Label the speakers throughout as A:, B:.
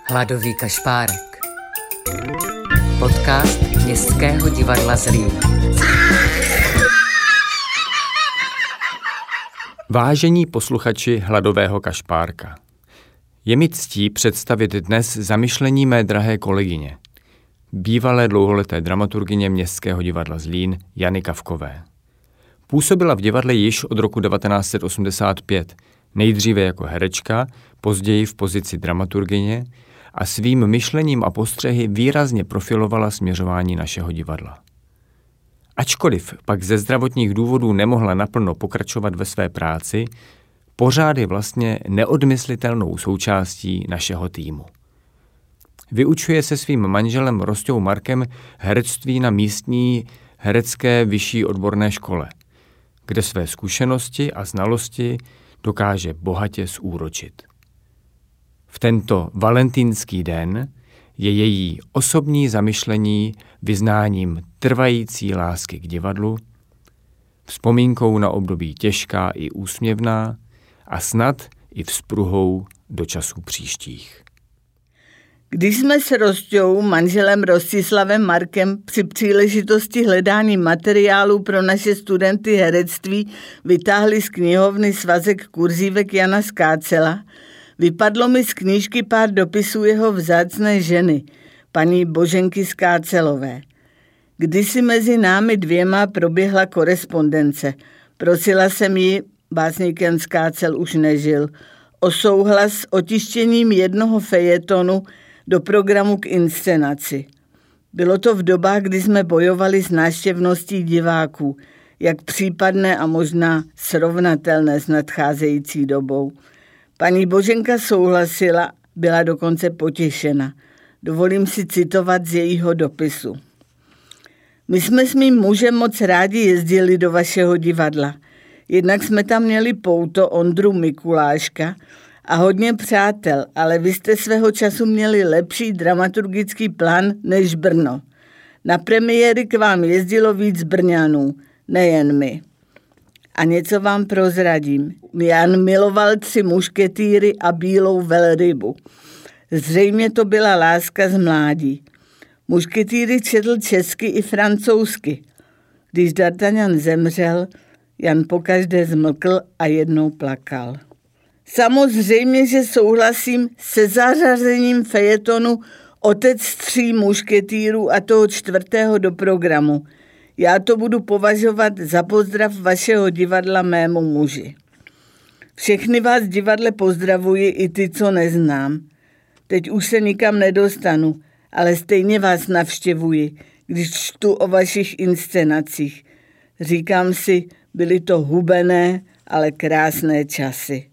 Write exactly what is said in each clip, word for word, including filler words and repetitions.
A: Hladový kašpárek. Podcast Městského divadla Zlín.
B: Vážení posluchači Hladového kašpárka, je mi ctí představit dnes zamyšlení mé drahé kolegyně, bývalé dlouholeté dramaturgyně Městského divadla Zlín Jany Kavkové. Působila v divadle již od roku devatenáct set osmdesát pět, nejdříve jako herečka, později v pozici dramaturgyně a svým myšlením a postřehy výrazně profilovala směřování našeho divadla. Ačkoliv pak ze zdravotních důvodů nemohla naplno pokračovat ve své práci, pořád je vlastně neodmyslitelnou součástí našeho týmu. Vyučuje se svým manželem Rostou Markem herectví na místní herecké vyšší odborné škole, kde své zkušenosti a znalosti dokáže bohatě zúročit. V tento valentýnský den je její osobní zamyšlení vyznáním trvající lásky k divadlu, vzpomínkou na období těžká i úsměvná a snad i vzpruhou do časů příštích.
C: Když jsme s Rostou, manželem Rostislavem Markem, při příležitosti hledání materiálu pro naše studenty herectví vytáhli z knihovny svazek kurzívek Jana Skácela, vypadlo mi z knížky pár dopisů jeho vzácné ženy, paní Boženky Skácelové. Kdysi mezi námi dvěma proběhla korespondence. Prosila jsem ji, básník Jan Skácel už nežil, o souhlas s otištěním jednoho fejetonu do programu k inscenaci. Bylo to v dobách, kdy jsme bojovali s návštěvností diváků, jak případné a možná srovnatelné s nadcházející dobou. Paní Boženka souhlasila, byla dokonce potěšena. Dovolím si citovat z jejího dopisu. My jsme s mým mužem moc rádi jezdili do vašeho divadla. Jednak jsme tam měli pouto Ondru Mikuláška a hodně přátel, ale vy jste svého času měli lepší dramaturgický plán než Brno. Na premiéry k vám jezdilo víc Brňanů, nejen my. A něco vám prozradím. Jan miloval Tři mušketýry a Bílou velrybu. Zřejmě to byla láska z mládí. Mušketýry četl česky i francouzsky. Když D'Artagnan zemřel, Jan pokaždé zmlkl a jednou plakal. Samozřejmě, že souhlasím se zařazením fejetonu Otec tří mušketýrů a toho čtvrtého do programu. Já to budu považovat za pozdrav vašeho divadla mému muži. Všechny vás divadle pozdravuji, i ty, co neznám. Teď už se nikam nedostanu, ale stejně vás navštěvuji, když čtu o vašich inscenacích. Říkám si, byly to hubené, ale krásné časy.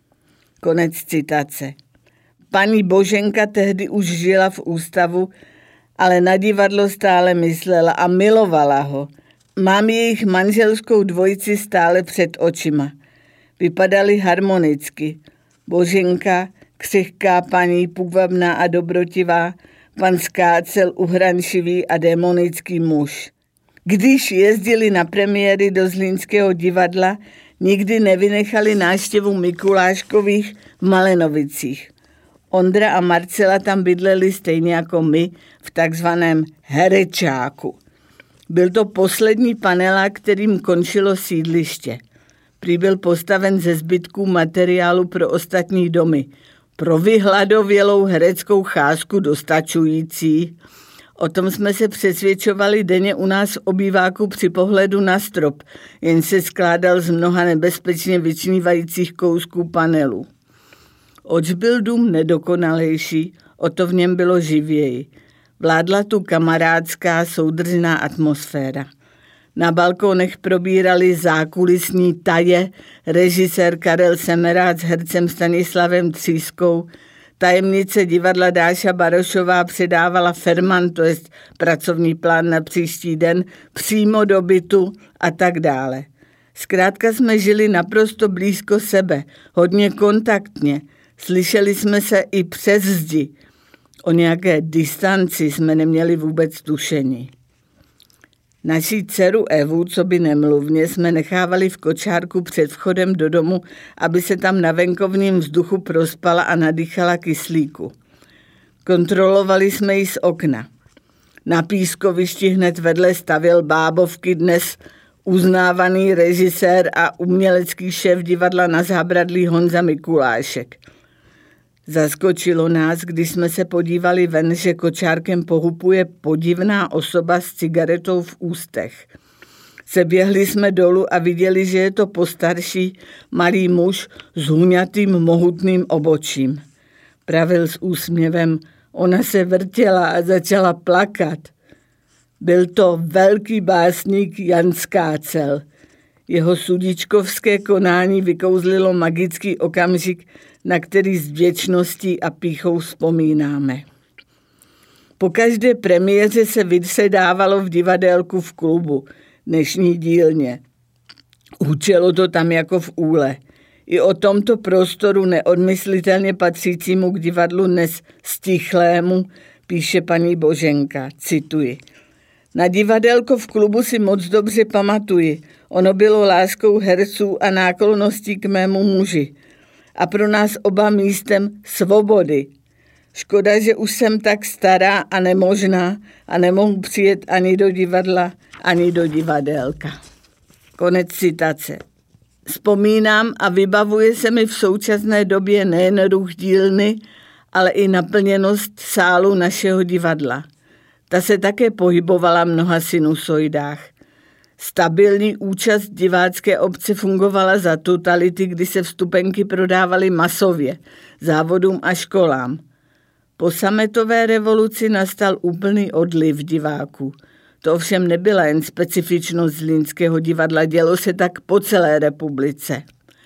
C: Konec citace. Paní Boženka tehdy už žila v ústavu, ale na divadlo stále myslela a milovala ho. Mám jejich manželskou dvojici stále před očima. Vypadali harmonicky. Boženka, křehká paní, půvabná a dobrotivá, pan Skácel, uhrančivý a démonický muž. Když jezdili na premiéry do Zlínského divadla, nikdy nevynechali návštěvu Mikuláškových v Malenovicích. Ondra a Marcela tam bydleli stejně jako my v takzvaném herečáku. Byl to poslední panelák, kterým končilo sídliště. Prý byl postaven ze zbytků materiálu pro ostatní domy. Pro vyhladovělou hereckou cházku dostačující. O tom jsme se přesvědčovali denně u nás v obýváku při pohledu na strop, jen se skládal z mnoha nebezpečně vyčnívajících kousků panelu. Oč byl dům nedokonalejší, o to v něm bylo živěji. Vládla tu kamarádská soudržná atmosféra. Na balkónech probírali zákulisní taje režisér Karel Semerád s hercem Stanislavem Třískou, tajemnice divadla Dáša Barošová předávala ferman, to jest pracovní plán na příští den, přímo do bytu a tak dále. Zkrátka jsme žili naprosto blízko sebe, hodně kontaktně. Slyšeli jsme se i přes zdi. O nějaké distanci jsme neměli vůbec tušení. Naší dceru Evu, co by nemluvně, jsme nechávali v kočárku před vchodem do domu, aby se tam na venkovním vzduchu prospala a nadýchala kyslíku. Kontrolovali jsme ji z okna. Na pískovišti hned vedle stavěl bábovky dnes uznávaný režisér a umělecký šéf divadla Na zábradlí Honza Mikulášek. Zaskočilo nás, když jsme se podívali ven, že kočárkem pohupuje podivná osoba s cigaretou v ústech. Seběhli jsme dolů a viděli, že je to postarší malý muž s huňatým mohutným obočím. Pravil s úsměvem, ona se vrtěla a začala plakat. Byl to velký básník Jan Skácel. Jeho sudičkovské konání vykouzlilo magický okamžik, na který s vděčností a pýchou vzpomínáme. Po každé premiéře se vysedávalo v divadélku v klubu, dnešní dílně. Učilo to tam jako v úle. I o tomto prostoru neodmyslitelně patřícímu k divadlu dnes stichlému píše paní Boženka, cituji. Na divadélko v klubu si moc dobře pamatuji. Ono bylo láskou herců a náklonností k mému muži. A pro nás oba místem svobody. Škoda, že už jsem tak stará a nemožná a nemohu přijet ani do divadla, ani do divadélka. Konec citace. Vzpomínám a vybavuje se mi v současné době nejen ruch dílny, ale i naplněnost sálu našeho divadla. Ta se také pohybovala v mnoha sinusoidách. Stabilní účast divácké obce fungovala za totality, kdy se vstupenky prodávaly masově, závodům a školám. Po sametové revoluci nastal úplný odliv diváků. To ovšem nebyla jen specifičnost Zlínského divadla, dělo se tak po celé republice.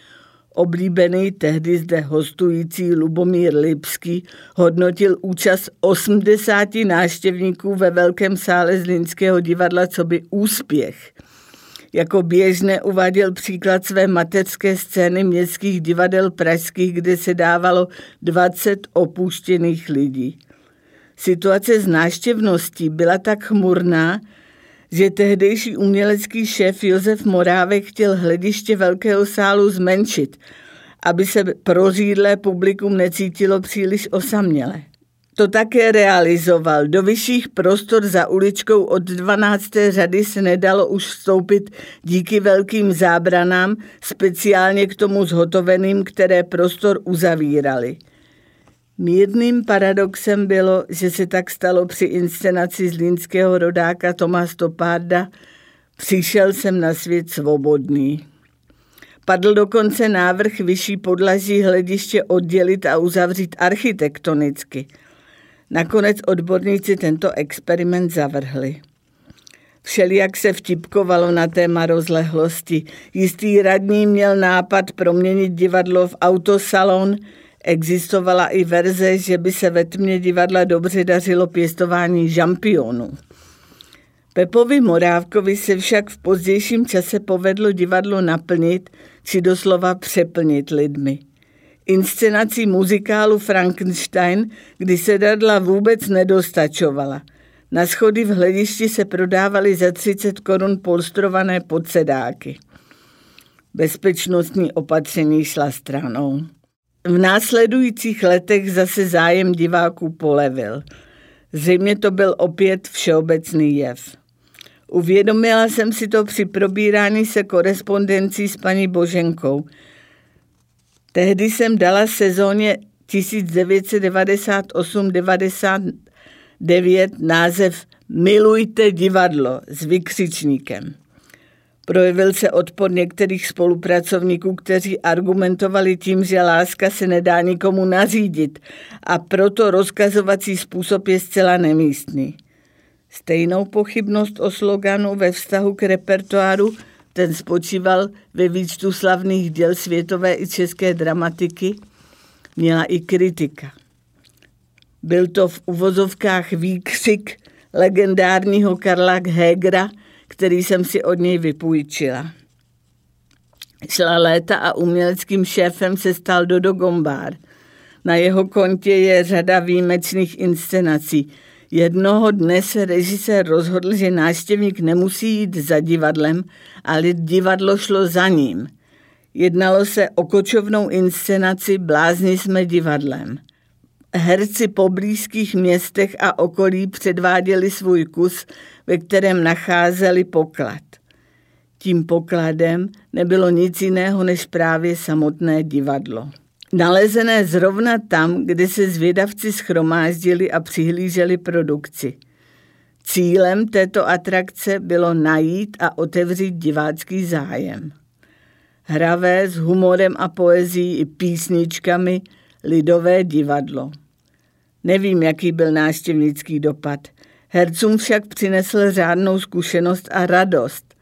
C: Oblíbený tehdy zde hostující Lubomír Lipský hodnotil účast osmdesáti návštěvníků ve velkém sále Zlínského divadla coby úspěch. Jako běžné uváděl příklad své mateřské scény městských divadel pražských, kde se dávalo dvacet opuštěných lidí. Situace s návštěvností byla tak chmurná, že tehdejší umělecký šéf Josef Morávek chtěl hlediště velkého sálu zmenšit, aby se prořídlé publikum necítilo příliš osaměle. To také realizoval. Do vyšších prostor za uličkou od dvanácté řady se nedalo už vstoupit díky velkým zábranám, speciálně k tomu zhotoveným, které prostor uzavírali. Mírným paradoxem bylo, že se tak stalo při inscenaci zlínského rodáka Toma Stopparda Přišel jsem na svět svobodný. Padl dokonce návrh vyšší podlaží hlediště oddělit a uzavřít architektonicky. Nakonec odborníci tento experiment zavrhli. Všelijak se vtipkovalo na téma rozlehlosti. Jistý radní měl nápad proměnit divadlo v autosalon. Existovala i verze, že by se ve tmě divadla dobře dařilo pěstování žampionů. Pepovi Morávkovi se však v pozdějším čase povedlo divadlo naplnit, či doslova přeplnit lidmi. Inscenací muzikálu Frankenstein, kdy sedadla vůbec nedostačovala. Na schody v hledišti se prodávaly za třicet korun polstrované podsedáky. Bezpečnostní opatření šla stranou. V následujících letech zase zájem diváků polevil. Zřejmě to byl opět všeobecný jev. Uvědomila jsem si to při probírání se korespondencí s paní Boženkou. Tehdy jsem dala sezóně tisíc devět set devadesát osm devadesát devět název Milujte divadlo s vykřičníkem. Projevil se odpor některých spolupracovníků, kteří argumentovali tím, že láska se nedá nikomu nařídit a proto rozkazovací způsob je zcela nemístný. Stejnou pochybnost o sloganu ve vztahu k repertoáru, ten spočíval ve výčtu slavných děl světové i české dramatiky, měla i kritika. Byl to v uvozovkách výkřik legendárního Karla Hegera, který jsem si od něj vypůjčila. Šla léta a uměleckým šéfem se stal Dodo Gombár. Na jeho kontě je řada výjimečných inscenací. Jednoho dne se režisér rozhodl, že návštěvník nemusí jít za divadlem, ale divadlo šlo za ním. Jednalo se o kočovnou inscenaci Blázni jsme divadlem. herci po blízkých městech a okolí předváděli svůj kus, ve kterém nacházeli poklad. Tím pokladem nebylo nic jiného než právě samotné divadlo. Nalezené zrovna tam, kde se zvědavci shromáždili a přihlíželi produkci. Cílem této atrakce bylo najít a otevřít divácký zájem. Hravé s humorem a poezií i písničkami lidové divadlo. Nevím, jaký byl návštěvnický dopad. Hercům však přinesl řádnou zkušenost a radost.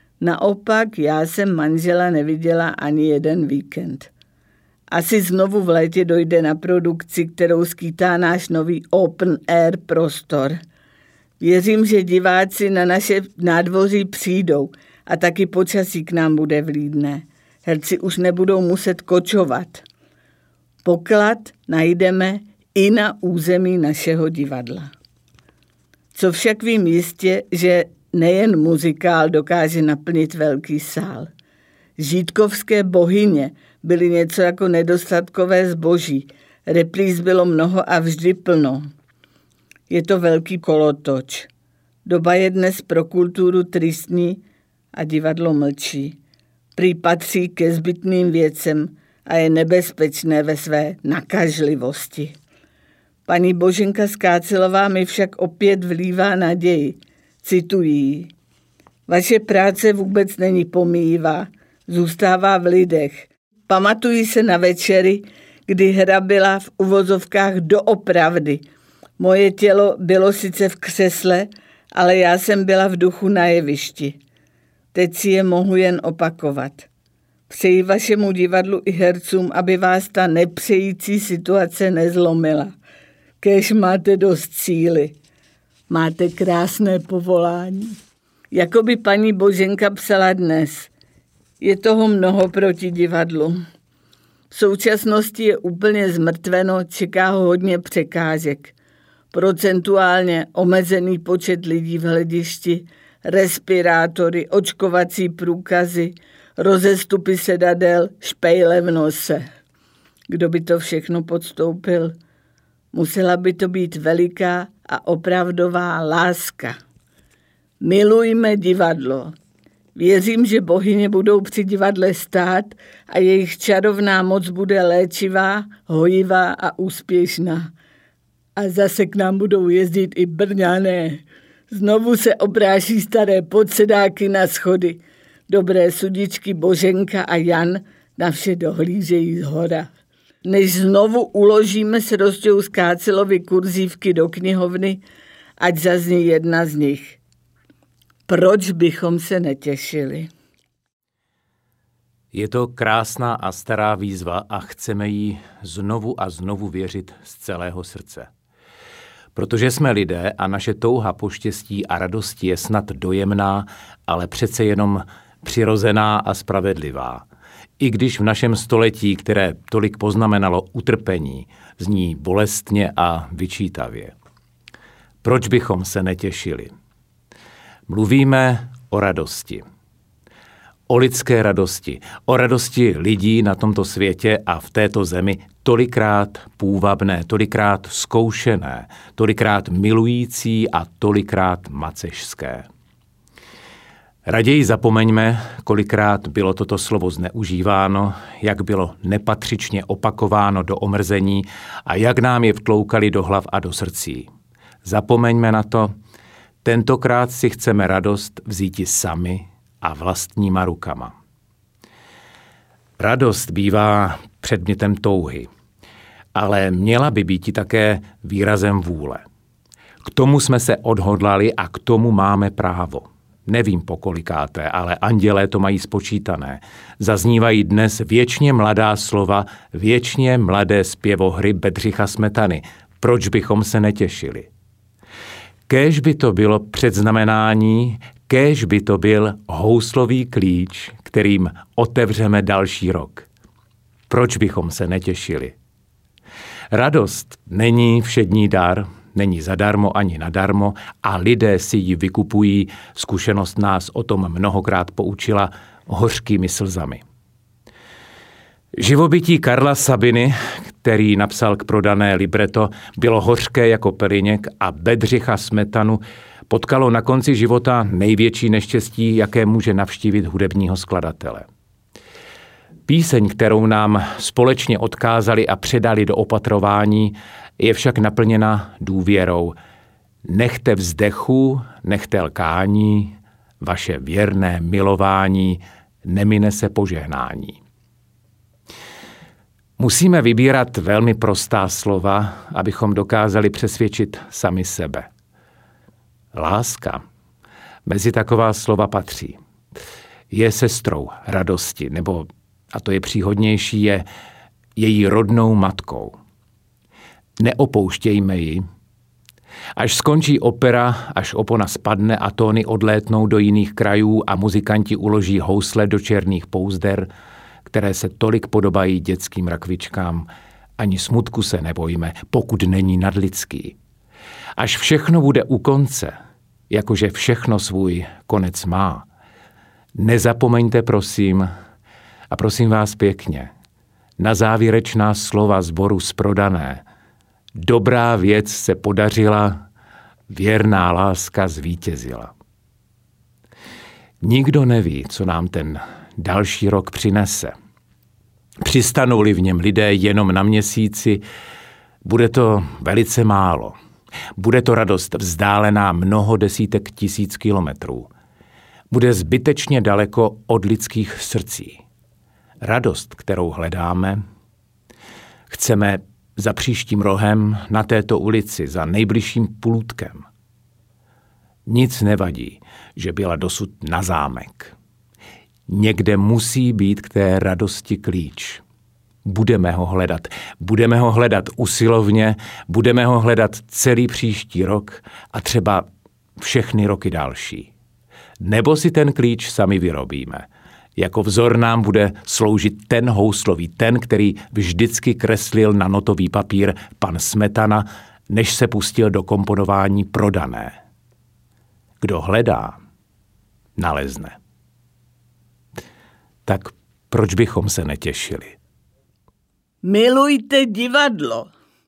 C: Naopak já jsem manžela neviděla ani jeden víkend. Asi znovu v létě dojde na produkci, kterou skýtá náš nový open air prostor. Věřím, že diváci na naše nádvoří přijdou a taky počasí k nám bude vlídné. Herci už nebudou muset kočovat. Poklad najdeme i na území našeho divadla. Co však vím jistě, že nejen muzikál dokáže naplnit velký sál. Žítkovské bohyně byly něco jako nedostatkové zboží. Repríz bylo mnoho a vždy plno. Je to velký kolotoč. Doba je dnes pro kulturu tristní a divadlo mlčí. Prý patří ke zbytným věcem a je nebezpečné ve své nakažlivosti. Paní Boženka Skácelová mi však opět vlívá naději. Cituji: Vaše práce vůbec není pomíjivá, zůstává v lidech. Pamatuji se na večery, kdy hra byla v uvozovkách doopravdy. Moje tělo bylo sice v křesle, ale já jsem byla v duchu na jevišti. Teď si je mohu jen opakovat. Přeji vašemu divadlu i hercům, aby vás ta nepřející situace nezlomila. Kéž máte dost síly. Máte krásné povolání. Jakoby paní Boženka psala dnes. Je toho mnoho proti divadlu. V současnosti je úplně zmrtveno, čeká ho hodně překážek. Procentuálně omezený počet lidí v hledišti, respirátory, očkovací průkazy, rozestupy sedadel, špejle v nose. Kdo by to všechno podstoupil? Musela by to být veliká a opravdová láska. Milujme divadlo. Věřím, že bohyně budou při divadle stát a jejich čarovná moc bude léčivá, hojivá a úspěšná. A zase k nám budou jezdit i Brňané. Znovu se obráží staré podsedáky na schody. Dobré sudičky Boženka a Jan na vše dohlížejí zhora. Než znovu uložíme s Rostou Skácelovi kurzívky do knihovny, ať zazní jedna z nich. Proč bychom se netěšili?
D: Je to krásná a stará výzva a chceme jí znovu a znovu věřit z celého srdce. Protože jsme lidé a naše touha po štěstí a radosti je snad dojemná, ale přece jenom přirozená a spravedlivá. I když v našem století, které tolik poznamenalo utrpení, zní bolestně a vyčítavě. Proč bychom se netěšili? Mluvíme o radosti. O lidské radosti. O radosti lidí na tomto světě a v této zemi tolikrát půvabné, tolikrát zkoušené, tolikrát milující a tolikrát macešské. Raději zapomeňme, kolikrát bylo toto slovo zneužíváno, jak bylo nepatřičně opakováno do omrzení a jak nám je vtloukali do hlav a do srdcí. Zapomeňme na to, tentokrát si chceme radost vzíti sami a vlastníma rukama. Radost bývá předmětem touhy, ale měla by být také výrazem vůle. K tomu jsme se odhodlali a k tomu máme právo. Nevím pokolikáté, ale andělé to mají spočítané. Zaznívají dnes věčně mladá slova, věčně mladé zpěvohry Bedřicha Smetany. Proč bychom se netěšili? Kéž by to bylo předznamenání, kéž by to byl houslový klíč, kterým otevřeme další rok. Proč bychom se netěšili? Radost není všední dar, není zadarmo ani nadarmo a lidé si ji vykupují, zkušenost nás o tom mnohokrát poučila, hořkými slzami. Živobytí Karla Sabiny, který napsal k Prodané libreto, bylo hořké jako peliněk a Bedřicha Smetanu potkalo na konci života největší neštěstí, jaké může navštívit hudebního skladatele. Píseň, kterou nám společně odkázali a předali do opatrování, je však naplněna důvěrou. Nechte vzdechu, nechte lkání, vaše věrné milování, nemine se požehnání. Musíme vybírat velmi prostá slova, abychom dokázali přesvědčit sami sebe. Láska mezi taková slova patří. Je sestrou radosti, nebo, a to je příhodnější, je její rodnou matkou. Neopouštějme ji. Až skončí opera, až opona spadne a tóny odlétnou do jiných krajů a muzikanti uloží housle do černých pouzder, které se tolik podobají dětským rakvičkám, ani smutku se nebojíme, pokud není nadlidský. Až všechno bude u konce, jakože všechno svůj konec má, nezapomeňte prosím, a prosím vás pěkně, na závěrečná slova sboru z Prodané. Dobrá věc se podařila, věrná láska zvítězila. Nikdo neví, co nám ten další rok přinese. Přistanou-li v něm lidé jenom na měsíci, bude to velice málo. Bude to radost vzdálená mnoho desítek tisíc kilometrů. Bude zbytečně daleko od lidských srdcí. Radost, kterou hledáme, chceme za příštím rohem na této ulici, za nejbližším plůtkem. Nic nevadí, že byla dosud na zámek. Někde musí být k té radosti klíč. Budeme ho hledat. Budeme ho hledat usilovně, budeme ho hledat celý příští rok a třeba všechny roky další. Nebo si ten klíč sami vyrobíme. Jako vzor nám bude sloužit ten houslový, ten, který vždycky kreslil na notový papír pan Smetana, než se pustil do komponování Prodané. Kdo hledá, nalezne. Tak proč bychom se netěšili?
C: Milujte divadlo.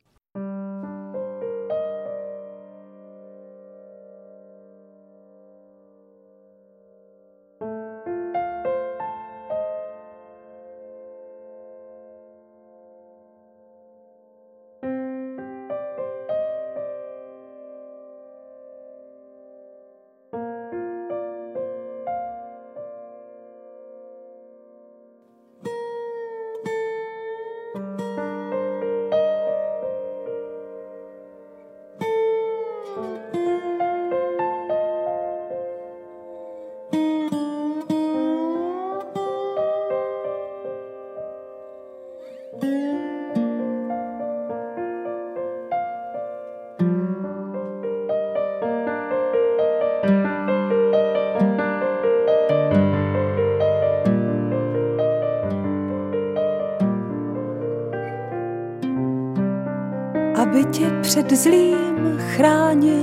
E: Aby tě před zlým chránil,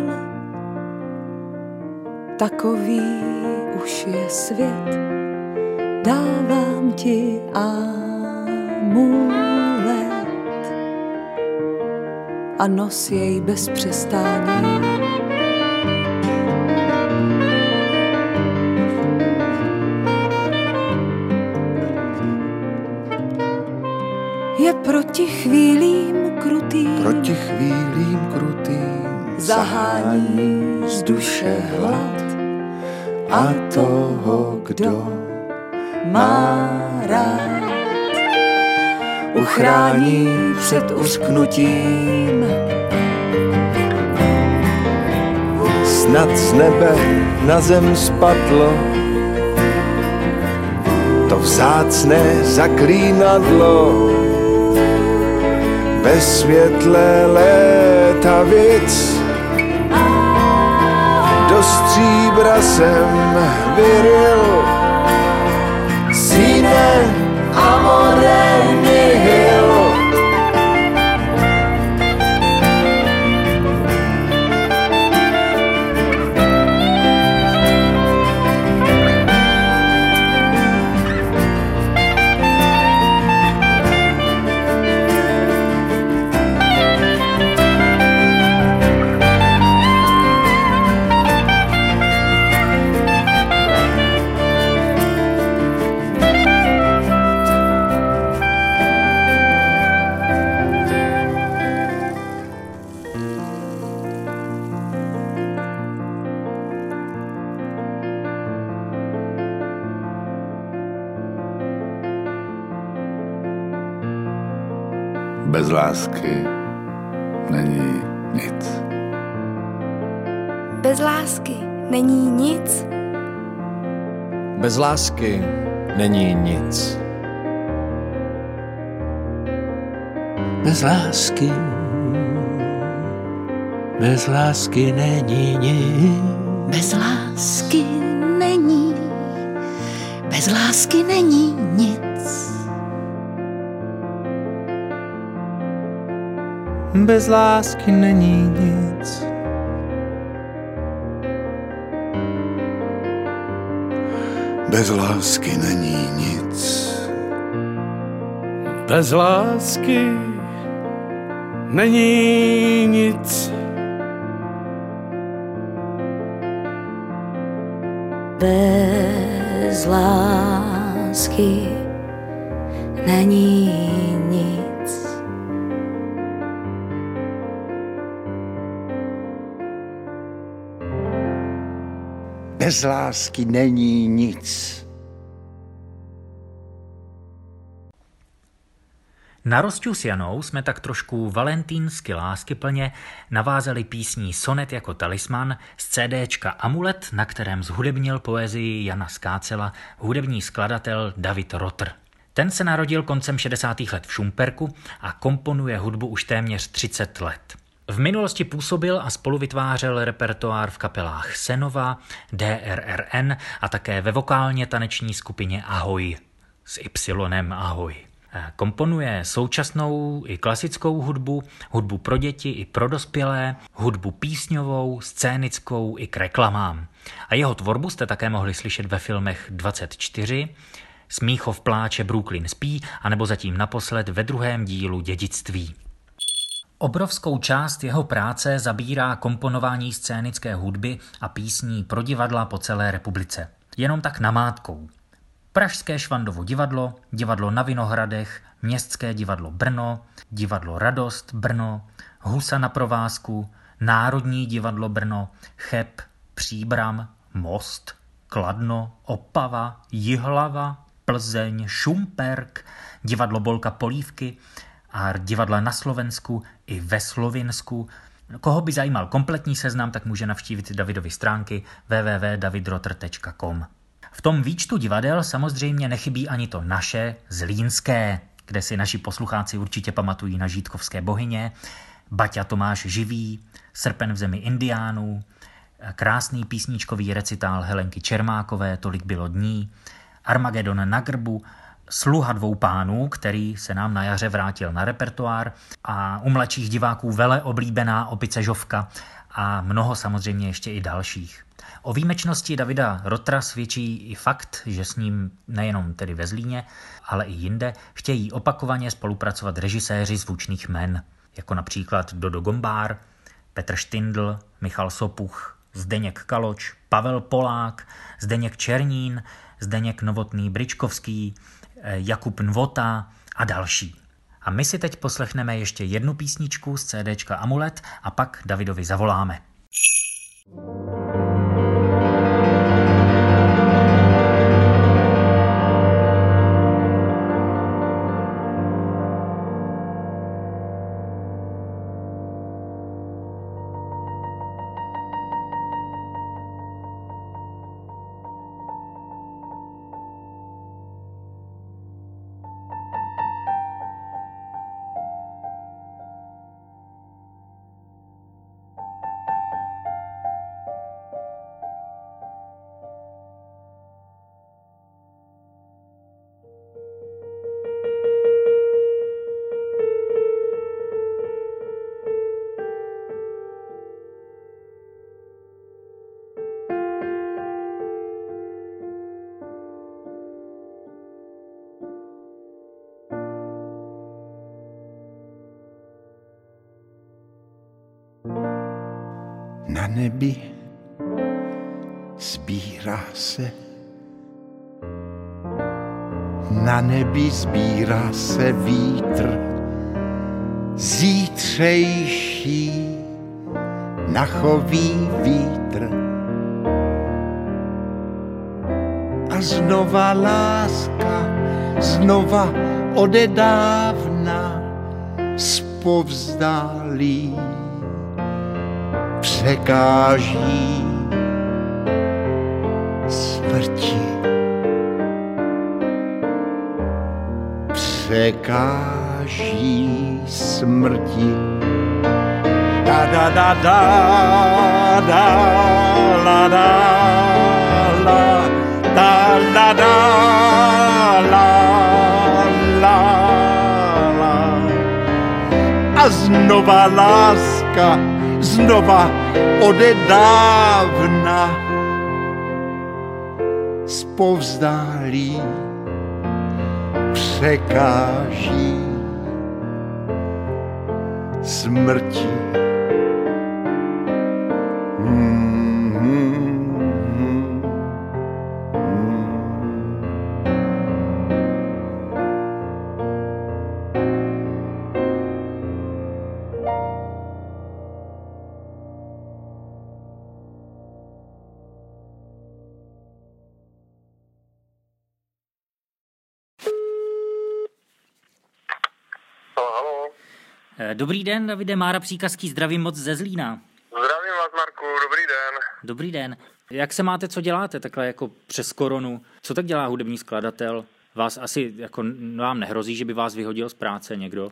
E: takový už je svět. Dávám ti amulet a nos jej bez přestání. Je proti chvílím krutým,
F: proti chvílím krutým
E: zahání z duše hlad a toho, kdo má rád, uchrání před usknutím.
F: Snad z nebe na zem spadlo to vzácné zaklínadlo, ve světle létavic do stříbra jsem vyryl. Sine amore nihil. Bez lásky není nic.
G: Bez lásky není nic.
E: Bez lásky není nic.
H: Bez lásky, bez lásky není nic.
I: Bez lásky není, bez lásky není nic.
E: Bez lásky není nic.
F: Bez lásky není nic.
J: Bez lásky není nic.
I: Bez lásky není nic.
K: Bez lásky není nic.
L: Na Rosťu s Janou jsme tak trošku valentínsky láskyplně navázali písní Sonet jako talisman z CDčka Amulet, na kterém zhudebnil poezii Jana Skácela hudební skladatel David Rotter. Ten se narodil koncem šedesátých let v Šumperku a komponuje hudbu už téměř třicet let. V minulosti působil a spoluvytvářel repertoár v kapelách Senova, D R R N a také ve vokálně taneční skupině Ahoj s Y Ahoj. Komponuje současnou i klasickou hudbu, hudbu pro děti i pro dospělé, hudbu písňovou, scénickou i k reklamám. A jeho tvorbu jste také mohli slyšet ve filmech dvacet čtyři, Smíchov pláče, Brooklyn spí, anebo zatím naposled ve druhém dílu Dědictví. Obrovskou část jeho práce zabírá komponování scénické hudby a písní pro divadla po celé republice. Jenom tak namátkou. Pražské Švandovo divadlo, divadlo na Vinohradech, Městské divadlo Brno, divadlo Radost Brno, Husa na provázku, Národní divadlo Brno, Cheb, Příbram, Most, Kladno, Opava, Jihlava, Plzeň, Šumperk, divadlo Bolka Polívky a divadla na Slovensku i ve Slovinsku. Koho by zajímal kompletní seznam, tak může navštívit Davidovy stránky w w w tečka david rotter tečka com. V tom výčtu divadel samozřejmě nechybí ani to naše zlínské, kde si naši poslucháci určitě pamatují na Žítkovské bohyně, Baťa Tomáš Živý, Srpen v zemi indiánů, krásný písničkový recitál Helenky Čermákové, Tolik bylo dní, Armagedon na grbu, Sluha dvou pánů, který se nám na jaře vrátil na repertoár, a u mladších diváků vele oblíbená Opice Žovka a mnoho samozřejmě ještě i dalších. O výjimečnosti Davida Rottera svědčí i fakt, že s ním nejenom tedy ve Zlíně, ale i jinde chtějí opakovaně spolupracovat režiséři zvučných jmen, jako například Dodo Gombár, Petr Štindl, Michal Sopuch, Zdeněk Kaloč, Pavel Polák, Zdeněk Černín, Zdeněk Novotný Bryčkovský, Jakub Nvota a další. A my si teď poslechneme ještě jednu písničku z CDčka Amulet a pak Davidovi zavoláme.
K: Na nebi sbírá se, na nebi sbírá se vítr zítřejší, nachový vítr. A znova láska, znova odedávna zpovzdálí překáží smrti. Překáží smrti. Da da da da da la da la da la da la la la. A znova láska, znova odedávna zpovzdálí překáží smrti.
L: Dobrý den, Davide, Mára Příkazký, zdravím moc ze Zlína.
M: Zdravím vás, Marku, dobrý den.
L: Dobrý den. Jak se máte, co děláte takhle jako přes koronu? Co tak dělá hudební skladatel? Vás asi jako vám nehrozí, že by vás vyhodil z práce někdo?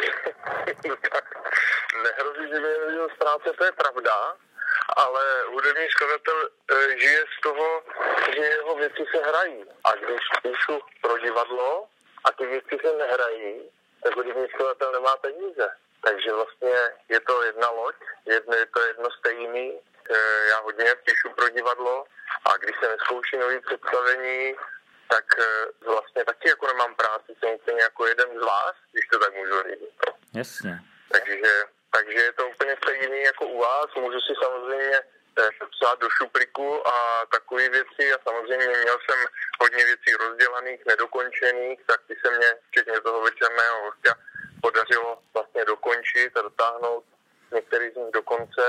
M: Nehrozí, že by mě vyhodil z práce, to je pravda, ale hudební skladatel e, žije z toho, že jeho věci se hrají. A když píšu pro divadlo a ty věci se nehrají, tak hudební skladatel nemá peníze. Takže vlastně je to jedna loď, jedno, je to jedno stejný. E, já hodně píšu pro divadlo a když se neskouší nový představení, tak e, vlastně taky jako nemám práci, jsem úplně jako jeden z vás, když to tak můžu říct.
L: Jasně.
M: Takže, takže je to úplně stejný jako u vás. Můžu si samozřejmě psát do šuplíku a takové věci a samozřejmě měl jsem hodně věcí rozdělaných, nedokončených, tak ty se mě, včetně toho večerného hostia, podařilo vlastně dokončit a dotáhnout některý z nich do konce,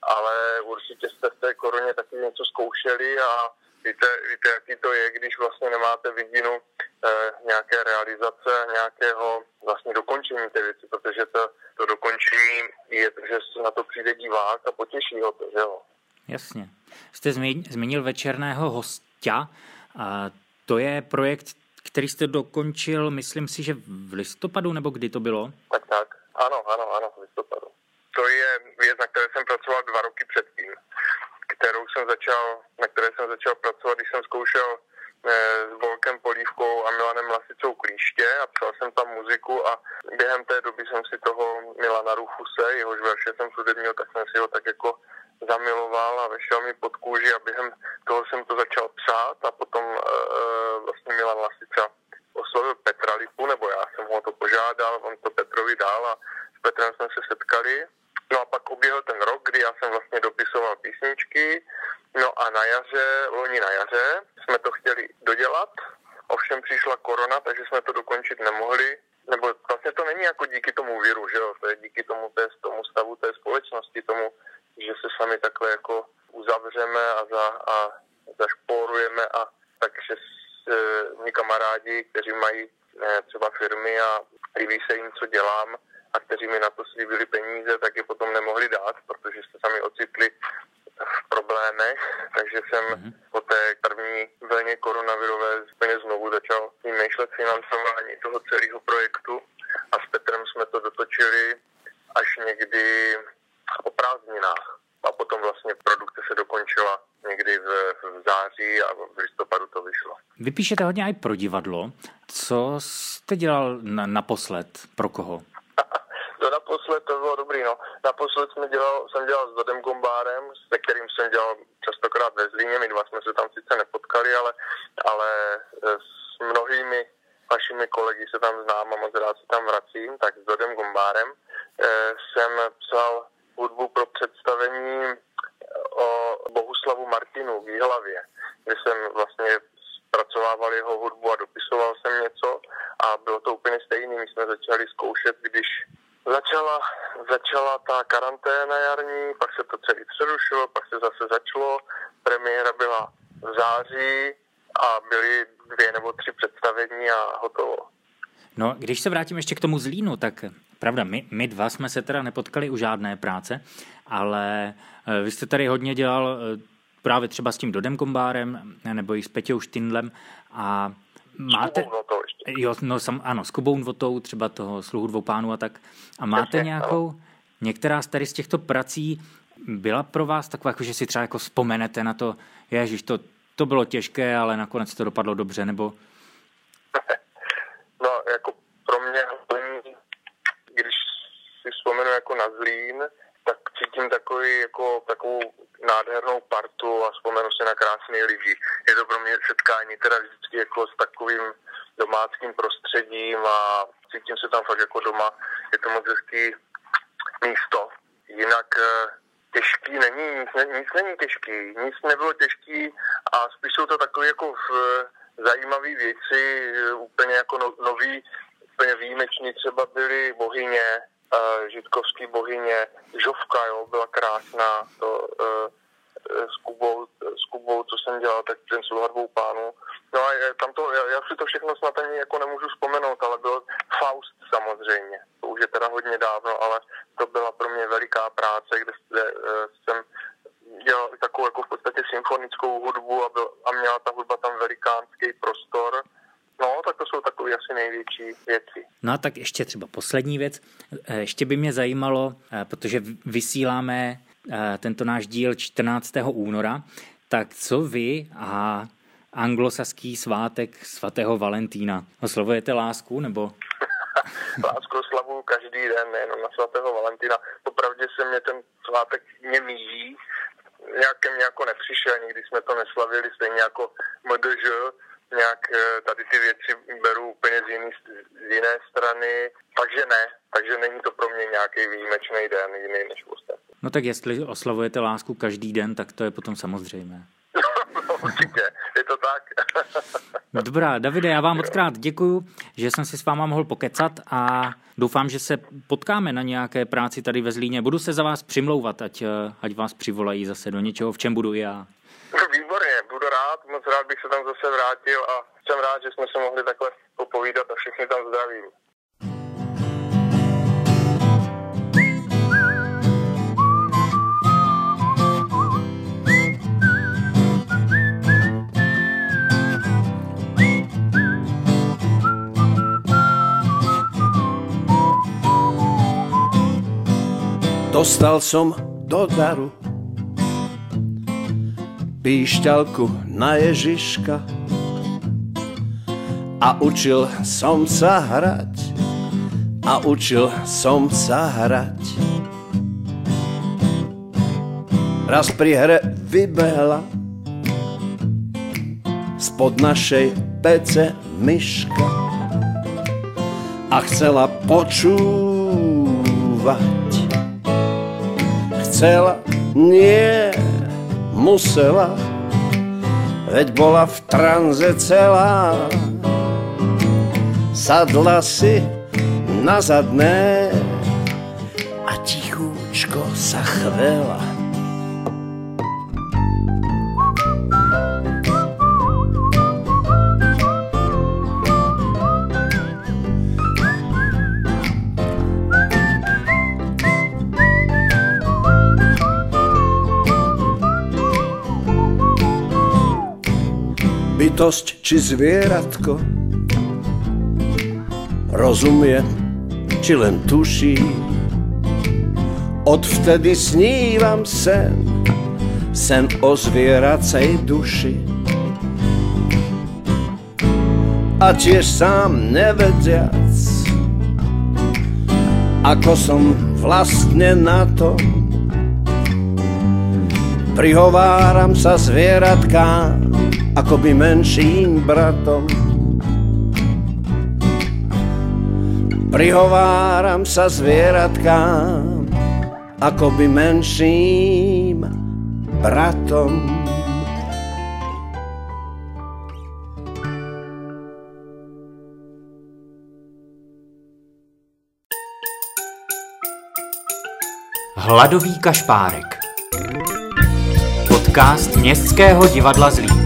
M: ale určitě jste v té koroně taky něco zkoušeli a víte, víte, jaký to je, když vlastně nemáte vidinu eh, nějaké realizace, nějakého vlastně dokončení té věci, protože to, to dokončení je, že na to přijde divák a potěší ho to, že jo.
L: Jasně. Jste zmínil večerného hostia. A to je projekt, který jste dokončil, myslím si, že v listopadu, nebo kdy to bylo?
M: Tak, tak. Ano, ano, ano, v listopadu. To je věc, na které jsem pracoval dva roky předtím, kterou jsem začal, na které jsem začal pracovat, když jsem zkoušel s Volkem Polívkou a Milanem Lasicou Klíště a psal jsem tam muziku a během té doby jsem si toho Milana Rufuse, jehož verše jsem všude měl, tak jsem si ho tak jako zamiloval a vešel mi pod kůži a během toho jsem to začal psát a potom e, vlastně Milan Lasica oslovil Petra Lipu, nebo já jsem ho to požádal, on to Petrovi dal a s Petrem jsme se setkali. No a pak uběhl ten rok, kdy já jsem vlastně dopisoval písničky, no a na jaře, loni na jaře jsme to chtěli dodělat, ovšem přišla korona, takže jsme to dokončit nemohli, nebo vlastně to není jako díky tomu viru, že jo, to je díky tomu, té, tomu stavu té společnosti, tomu, že se sami takhle jako uzavřeme a, za, a zašpórujeme a takže s, mý kamarádi, kteří mají ne, třeba firmy a líbí se jim, co dělám a kteří mi na to slíbili peníze, tak je potom nemohli dát, protože se sami ocitli v problémech, takže jsem mm-hmm. po té první vlně koronavirové úplně znovu začal vymýšlet financování toho celého projektu a s Petrem jsme to dotočili až někdy o prázdninách a potom vlastně produkce se dokončila někdy v, v září a v listopadu to vyšlo.
L: Vy píšete hodně i pro divadlo. Co jste dělal na, naposled? Pro koho?
M: To naposled to bylo dobrý, no. Naposled jsem dělal, jsem dělal s Dodem Gombárem, se kterým jsem dělal častokrát ve Zlíně, my dva jsme se tam sice nepotkali, ale, ale s mnohými vašimi kolegy se tam znám a moc rád se tam vracím, tak s Dodem Gombárem eh, jsem psal hudbu pro představení o Bohuslavu Martinu v Jihlavě, kde jsem vlastně zpracovával jeho hudbu a dopisoval jsem něco a bylo to úplně stejné. My jsme začali zkoušet, když začala, začala ta karanténa jarní, pak se to celé přerušilo, pak se zase začalo, premiéra byla v září a byly dvě nebo tři představení a hotovo.
L: No, když se vrátím ještě k tomu Zlínu, tak Pravda, my, my dva jsme se teda nepotkali u žádné práce, ale vy jste tady hodně dělal právě třeba s tím Dodem Kombárem nebo i s Peťou Štindlem a máte...
M: S Kubou Nvotou ještě.
L: Jo, no sam, ano, s Kubou Nvotou, třeba toho Sluhu dvou pánů a tak. A máte nějakou, některá z tady z těchto prací byla pro vás taková, jako že si třeba jako vzpomenete na to, ježiš, to, to bylo těžké, ale nakonec to dopadlo dobře, nebo...
M: No, jako pro mě, když si vzpomenu jako na Zlín, tak cítím takový, jako, takovou nádhernou partu a vzpomenu si na krásný lidi. Je to pro mě setkání teda vždycky jako s takovým domáckým prostředím a cítím se tam fakt jako doma. Je to moc hezký místo. Jinak těžký není, nic, nic není těžký, nic nebylo těžký a spíš jsou to takové jako v, zajímavé věci, úplně jako no, nový, úplně výjimeční třeba byly bohyně, uh, židkovský bohyně, Žovka, jo, byla krásná, to uh, s Kubou, s Kubou, co jsem dělal, tak ten Sluha dvou pánů. No a tam to, já, já si to všechno snad ani jako nemůžu vzpomenout, ale byl Faust samozřejmě. To už je teda hodně dávno, ale to byla pro mě veliká práce, kde, kde uh, jsem dělal takovou jako v podstatě symfonickou hudbu a, byl, a měla ta hudba tam velikánský prostor. No, tak to jsou takové asi největší věci.
L: No a tak ještě třeba poslední věc. Ještě by mě zajímalo, protože vysíláme tento náš díl čtrnáctého února, tak co vy a anglosaský svátek svatého Valentína? Oslavujete lásku, nebo...
M: Lásku oslavuju každý den, nejenom na svatého Valentína. Popravdě se mě ten svátek mě míjí. Nějak ke mně jako nepřišel, nikdy jsme to neslavili, stejně jako M D Ž, nějak tady ty věci beru úplně z, jiný, z jiné strany, takže ne, takže není to pro mě nějaký výjimečný den, jiný než ostatní.
L: No tak jestli oslavujete lásku každý den, tak to je potom samozřejmé.
M: No určitě, je to tak.
L: Dobrá, Davide, já vám mockrát děkuju, že jsem si s váma mohl pokecat a doufám, že se potkáme na nějaké práci tady ve Zlíně. Budu se za vás přimlouvat, ať, ať vás přivolají zase do něčeho, v čem budu já.
M: Výborně, budu rád, moc rád bych se tam zase vrátil a jsem rád, že jsme se mohli takhle popovídat a všechny tam zdravím.
E: Dostal som do daru píšťalku na Ježiška a učil som sa hrať a učil som sa hrať. Raz pri hre vybehla spod našej pece myška a chcela počúvať. Chcela, nie, musela, veď bola v tranze celá. Sadla si na zadné a tichúčko sa chvela. Bytosť či zvieratko rozumie, či len tuší. Odvtedy snívam sen, sen o zvieracej duši. A tiež sám nevediac, ako som vlastne na to, prihováram sa zvieratkám, akoby menším bratom. Prihováram sa zvieratkám, akoby menším bratom.
L: Hladový kašpárek. Podcast Městského divadla Zlín.